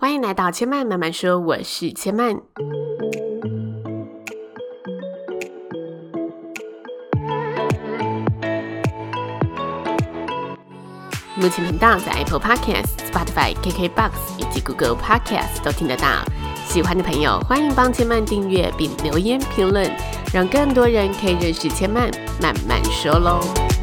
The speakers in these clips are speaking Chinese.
欢迎来到千曼慢慢说，我是千曼。目前频道在 Apple Podcast、Spotify、KKBOX 以及 Google Podcast 都听得到。喜欢的朋友欢迎帮千曼订阅并留言评论，让更多人可以认识千曼慢慢说咯。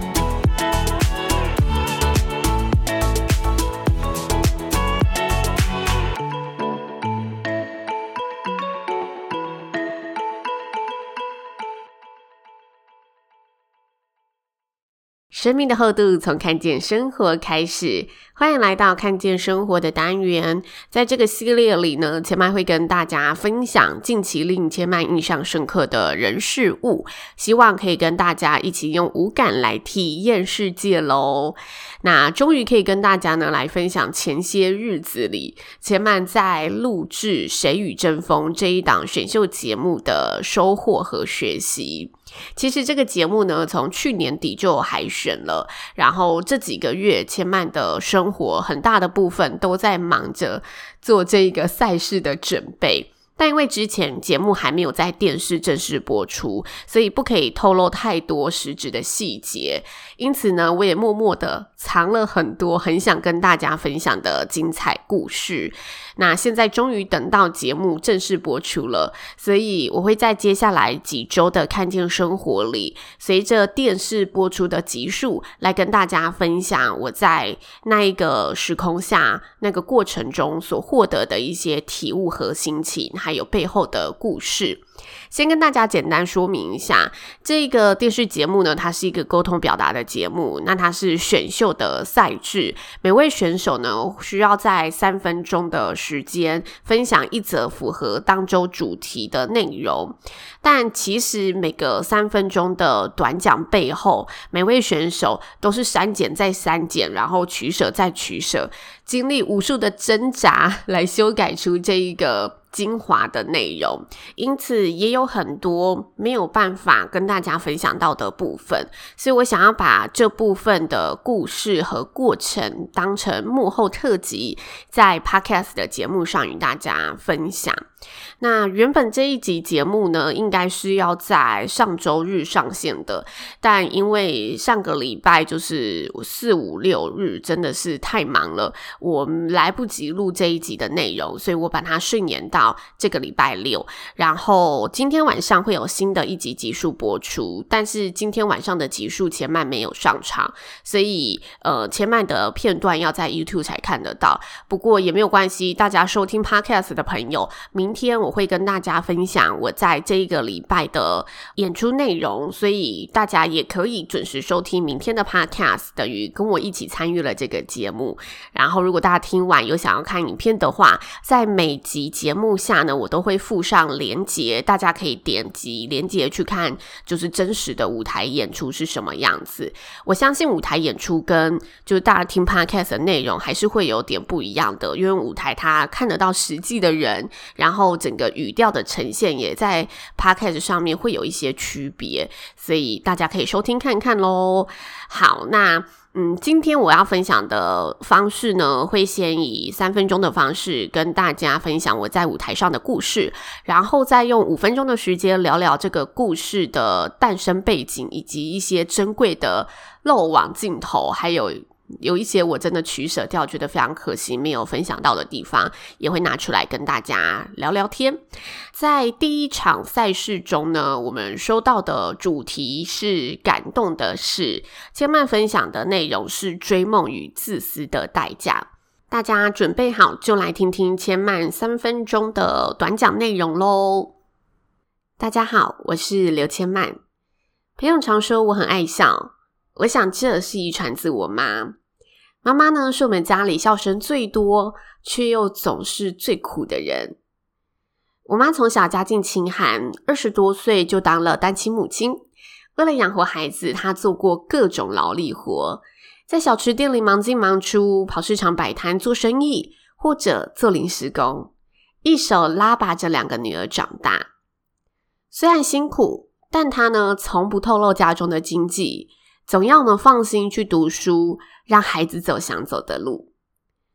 生命的厚度从看见生活开始，欢迎来到看见生活的单元。在这个系列里呢，千曼会跟大家分享近期令千曼印象深刻的人事物，希望可以跟大家一起用五感来体验世界咯。那终于可以跟大家呢来分享前些日子里千曼在录制谁与争锋这一档选秀节目的收获和学习。其实这个节目呢从去年底就有海选了，然后这几个月千曼的生活很大的部分都在忙着做这个赛事的准备，但因为之前节目还没有在电视正式播出，所以不可以透露太多实质的细节，因此呢我也默默的藏了很多很想跟大家分享的精彩故事。那现在终于等到节目正式播出了，所以我会在接下来几周的看见生活里，随着电视播出的集数来跟大家分享我在那一个时空下那个过程中所获得的一些体悟和心情，还有背后的故事。先跟大家简单说明一下，这个电视节目呢，它是一个沟通表达的节目，那它是选秀的赛制，每位选手呢需要在3分钟的时间分享一则符合当周主题的内容，但其实每个3分钟的短讲背后，每位选手都是删减再删减，然后取舍再取舍，经历无数的挣扎来修改出这一个精华的内容，因此也有很多没有办法跟大家分享到的部分，所以我想要把这部分的故事和过程当成幕后特辑，在 Podcast 的节目上与大家分享。那原本这一集节目呢应该是要在上周日上线的，但因为上个礼拜就是4、5、6日真的是太忙了，我来不及录这一集的内容，所以我把它顺延到这个礼拜6，然后今天晚上会有新的一集集数播出，但是今天晚上的集数千曼没有上场，所以千曼的片段要在 YouTube 才看得到，不过也没有关系，大家收听 Podcast 的朋友，明天我会跟大家分享我在这一个礼拜的演出内容，所以大家也可以准时收听明天的 Podcast， 等于跟我一起参与了这个节目。然后如果大家听完有想要看影片的话，在每集节目下呢我都会附上连结，大家可以点击连结去看就是真实的舞台演出是什么样子。我相信舞台演出跟就是大家听 Podcast 的内容还是会有点不一样的，因为舞台它看得到实际的人，然后整个语调的呈现也在 Podcast 上面会有一些区别，所以大家可以收听看看咯。好，那今天我要分享的方式呢，会先以3分钟的方式跟大家分享我在舞台上的故事，然后再用5分钟的时间聊聊这个故事的诞生背景，以及一些珍贵的漏网镜头，还有一些我真的取舍掉觉得非常可惜没有分享到的地方，也会拿出来跟大家聊聊天。在第一场赛事中呢，我们收到的主题是感动的事，千曼分享的内容是追梦与自私的代价。大家准备好就来听听千曼3分钟的短讲内容咯。大家好，我是刘千曼。朋友常说我很爱笑，我想这是遗传自我妈。妈妈呢是我们家里笑声最多却又总是最苦的人。我妈从小家境清寒，20多岁就当了单亲母亲，为了养活孩子，她做过各种劳力活，在小吃店里忙进忙出，跑市场摆摊做生意，或者做临时工，一手拉拔着2个女儿长大。虽然辛苦，但她呢从不透露家中的经济，总要呢放心去读书，让孩子走想走的路。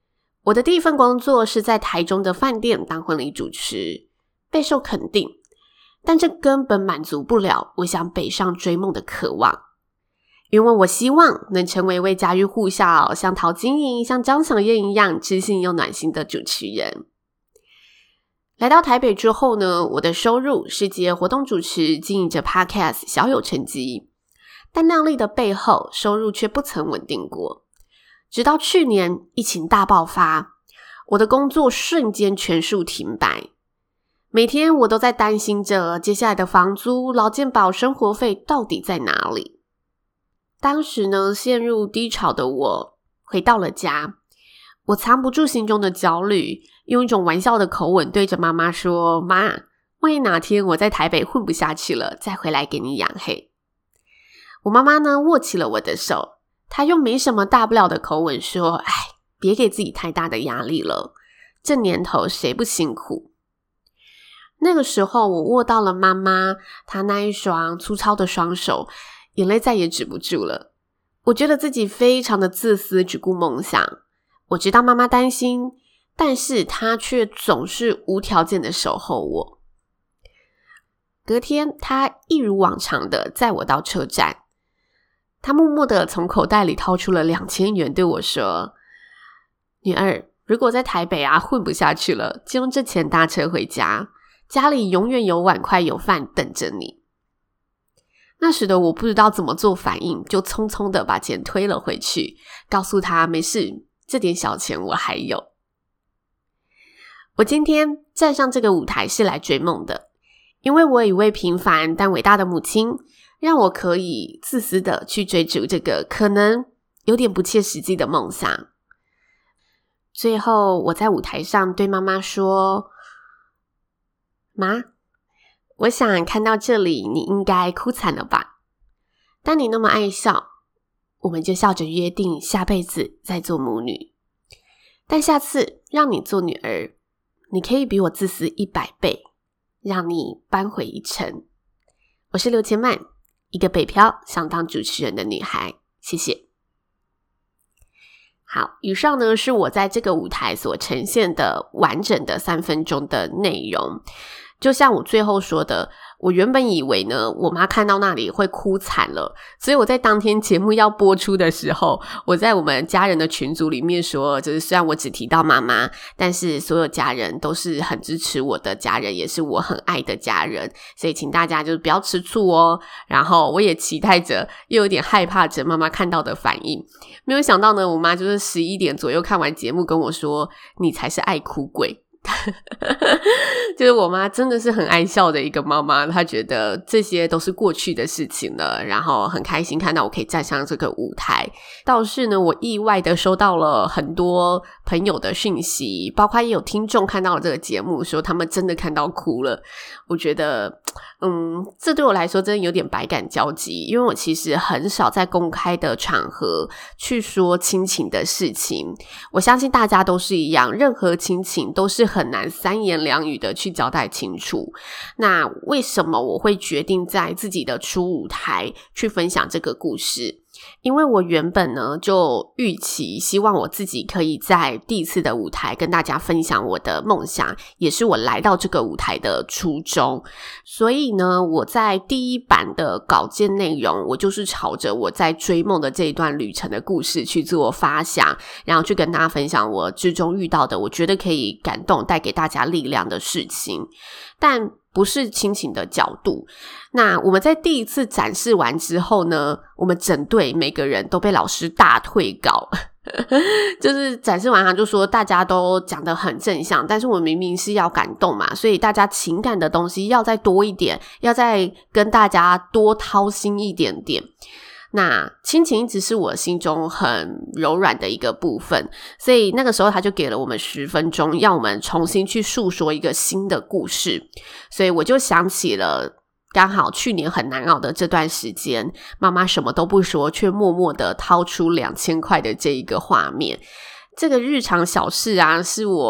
我的第一份工作是在台中的饭店当婚礼主持，备受肯定，但这根本满足不了我想北上追梦的渴望。因为我希望能成为一位家喻户晓，像陶晶莹、像张小燕一样知性又暖心的主持人。来到台北之后呢，我的收入是接活动主持，经营着 Podcast 小有成绩，但亮丽的背后，收入却不曾稳定过。直到去年疫情大爆发，我的工作瞬间全数停摆。每天我都在担心着接下来的房租、劳健保、生活费到底在哪里。当时呢，陷入低潮的我回到了家，我藏不住心中的焦虑，用一种玩笑的口吻对着妈妈说：妈，万一哪天我在台北混不下去了，再回来给你养黑。我妈妈呢，握起了我的手，她用没什么大不了的口吻说：哎，别给自己太大的压力了，这年头谁不辛苦。那个时候我握到了妈妈她那一双粗糙的双手，眼泪再也止不住了。我觉得自己非常的自私，只顾梦想。我知道妈妈担心，但是她却总是无条件的守候我。隔天，她一如往常的载我到车站。她默默的从口袋里掏出了2000元对我说：女儿，如果在台北混不下去了，就用这钱搭车回家，家里永远有碗筷有饭等着你。那时的我不知道怎么做反应，就匆匆的把钱推了回去，告诉他没事，这点小钱我还有。我今天站上这个舞台是来追梦的，因为我有一位平凡但伟大的母亲，让我可以自私的去追逐这个可能有点不切实际的梦想。最后我在舞台上对妈妈说：妈，我想看到这里你应该哭惨了吧？但你那么爱笑，我们就笑着约定下辈子再做母女。但下次让你做女儿，你可以比我自私100倍，让你扳回一城。我是刘千曼，一个北漂想当主持人的女孩，谢谢。好，以上呢是我在这个舞台所呈现的完整的3分钟的内容。就像我最后说的，我原本以为呢，我妈看到那里会哭惨了，所以我在当天节目要播出的时候，我在我们家人的群组里面说，就是虽然我只提到妈妈，但是所有家人都是很支持我的家人，也是我很爱的家人，所以请大家就是不要吃醋哦。然后我也期待着，又有点害怕着妈妈看到的反应。没有想到呢，我妈就是11点左右看完节目跟我说：你才是爱哭鬼。就是我妈真的是很爱笑的一个妈妈，她觉得这些都是过去的事情了，然后很开心看到我可以站上这个舞台。倒是呢，我意外的收到了很多朋友的讯息，包括也有听众看到了这个节目说他们真的看到哭了。我觉得这对我来说真的有点百感交集，因为我其实很少在公开的场合去说亲情的事情，我相信大家都是一样，任何亲情都是很难3言2语的去交代清楚。那为什么我会决定在自己的初舞台去分享这个故事？因为我原本呢就预期希望我自己可以在第一次的舞台跟大家分享我的梦想，也是我来到这个舞台的初衷。所以呢，我在第一版的稿件内容，我就是朝着我在追梦的这一段旅程的故事去做发想，然后去跟大家分享我之中遇到的我觉得可以感动带给大家力量的事情，但不是亲情的角度。那我们在第一次展示完之后呢，我们整队每个人都被老师大退稿就是展示完他就说大家都讲得很正向，但是我明明是要感动嘛，所以大家情感的东西要再多一点，要再跟大家多掏心一点点。那亲情一直是我心中很柔软的一个部分，所以那个时候他就给了我们10分钟，要我们重新去诉说一个新的故事。所以我就想起了刚好去年很难熬的这段时间，妈妈什么都不说，却默默的掏出2000块的这一个画面。这个日常小事是我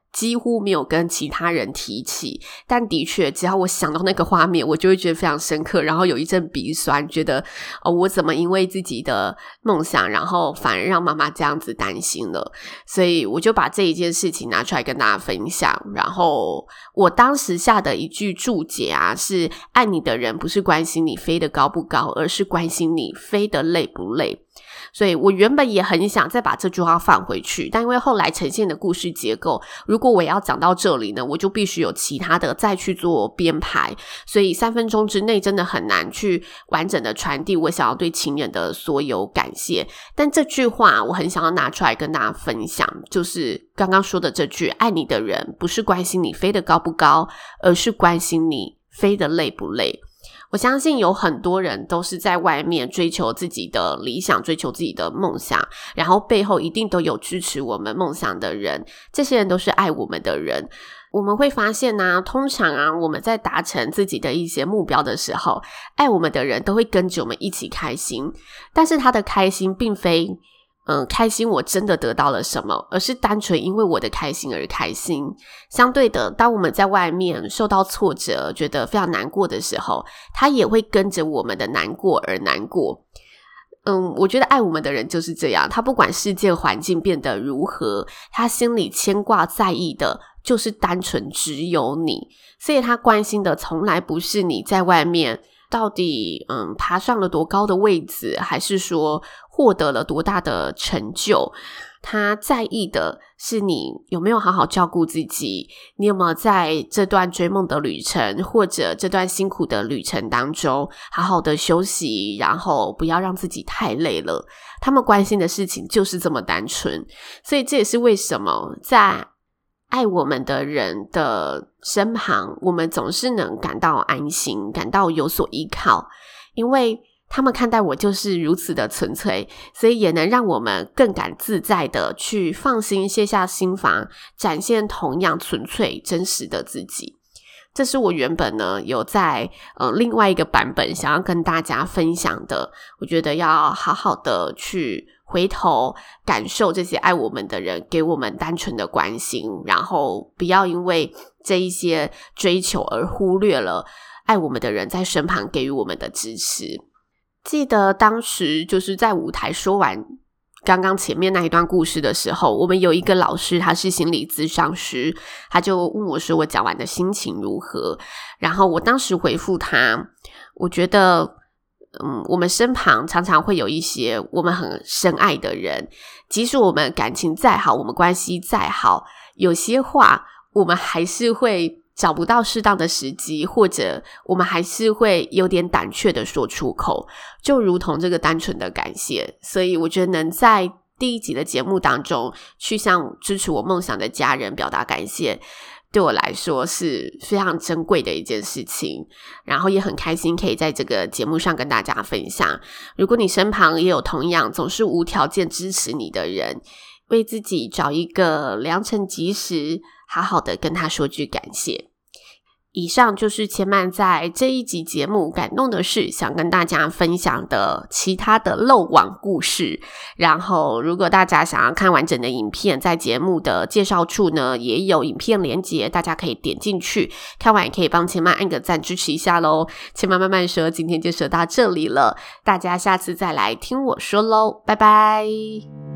几乎没有跟其他人提起，但的确只要我想到那个画面，我就会觉得非常深刻，然后有一阵鼻酸，觉得我怎么因为自己的梦想，然后反而让妈妈这样子担心了。所以我就把这一件事情拿出来跟大家分享。然后我当时下的一句注解啊，是爱你的人不是关心你飞得高不高，而是关心你飞得累不累。所以我原本也很想再把这句话放回去，但因为后来呈现的故事结构，如果我要讲到这里呢，我就必须有其他的再去做编排，所以3分钟之内真的很难去完整的传递我想要对亲人的所有感谢。但这句话我很想要拿出来跟大家分享，就是刚刚说的这句，爱你的人不是关心你飞得高不高，而是关心你飞得累不累。我相信有很多人都是在外面追求自己的理想，追求自己的梦想，然后背后一定都有支持我们梦想的人，这些人都是爱我们的人。我们会发现啊，通常啊，我们在达成自己的一些目标的时候，爱我们的人都会跟着我们一起开心，但是他的开心并非开心我真的得到了什么，而是单纯因为我的开心而开心。相对的，当我们在外面受到挫折，觉得非常难过的时候，他也会跟着我们的难过而难过。我觉得爱我们的人就是这样，他不管世界环境变得如何，他心里牵挂在意的就是单纯只有你，所以他关心的从来不是你在外面到底爬上了多高的位置，还是说获得了多大的成就。他在意的是你有没有好好照顾自己，你有没有在这段追梦的旅程或者这段辛苦的旅程当中好好的休息，然后不要让自己太累了。他们关心的事情就是这么单纯，所以这也是为什么在爱我们的人的身旁，我们总是能感到安心，感到有所依靠，因为他们看待我就是如此的纯粹，所以也能让我们更敢自在的去放心卸下心防，展现同样纯粹真实的自己。这是我原本呢有在另外一个版本想要跟大家分享的，我觉得要好好的去回头感受这些爱我们的人给我们单纯的关心，然后不要因为这一些追求而忽略了爱我们的人在身旁给予我们的支持。记得当时就是在舞台说完刚刚前面那一段故事的时候，我们有一个老师，他是心理咨商师，他就问我说我讲完的心情如何，然后我当时回复他，我觉得我们身旁常常会有一些我们很深爱的人，即使我们感情再好，我们关系再好，有些话我们还是会找不到适当的时机，或者我们还是会有点胆怯的说出口，就如同这个单纯的感谢。所以我觉得能在第一集的节目当中去向支持我梦想的家人表达感谢，对我来说是非常珍贵的一件事情，然后也很开心可以在这个节目上跟大家分享。如果你身旁也有同样总是无条件支持你的人，为自己找一个良辰吉时，好好的跟他说句感谢。以上就是千曼在这一集节目感动的事想跟大家分享的其他的漏网故事。然后如果大家想要看完整的影片，在节目的介绍处呢也有影片连结，大家可以点进去看完，也可以帮千曼按个赞支持一下咯。千曼慢慢说，今天就说到这里了，大家下次再来听我说咯，拜拜。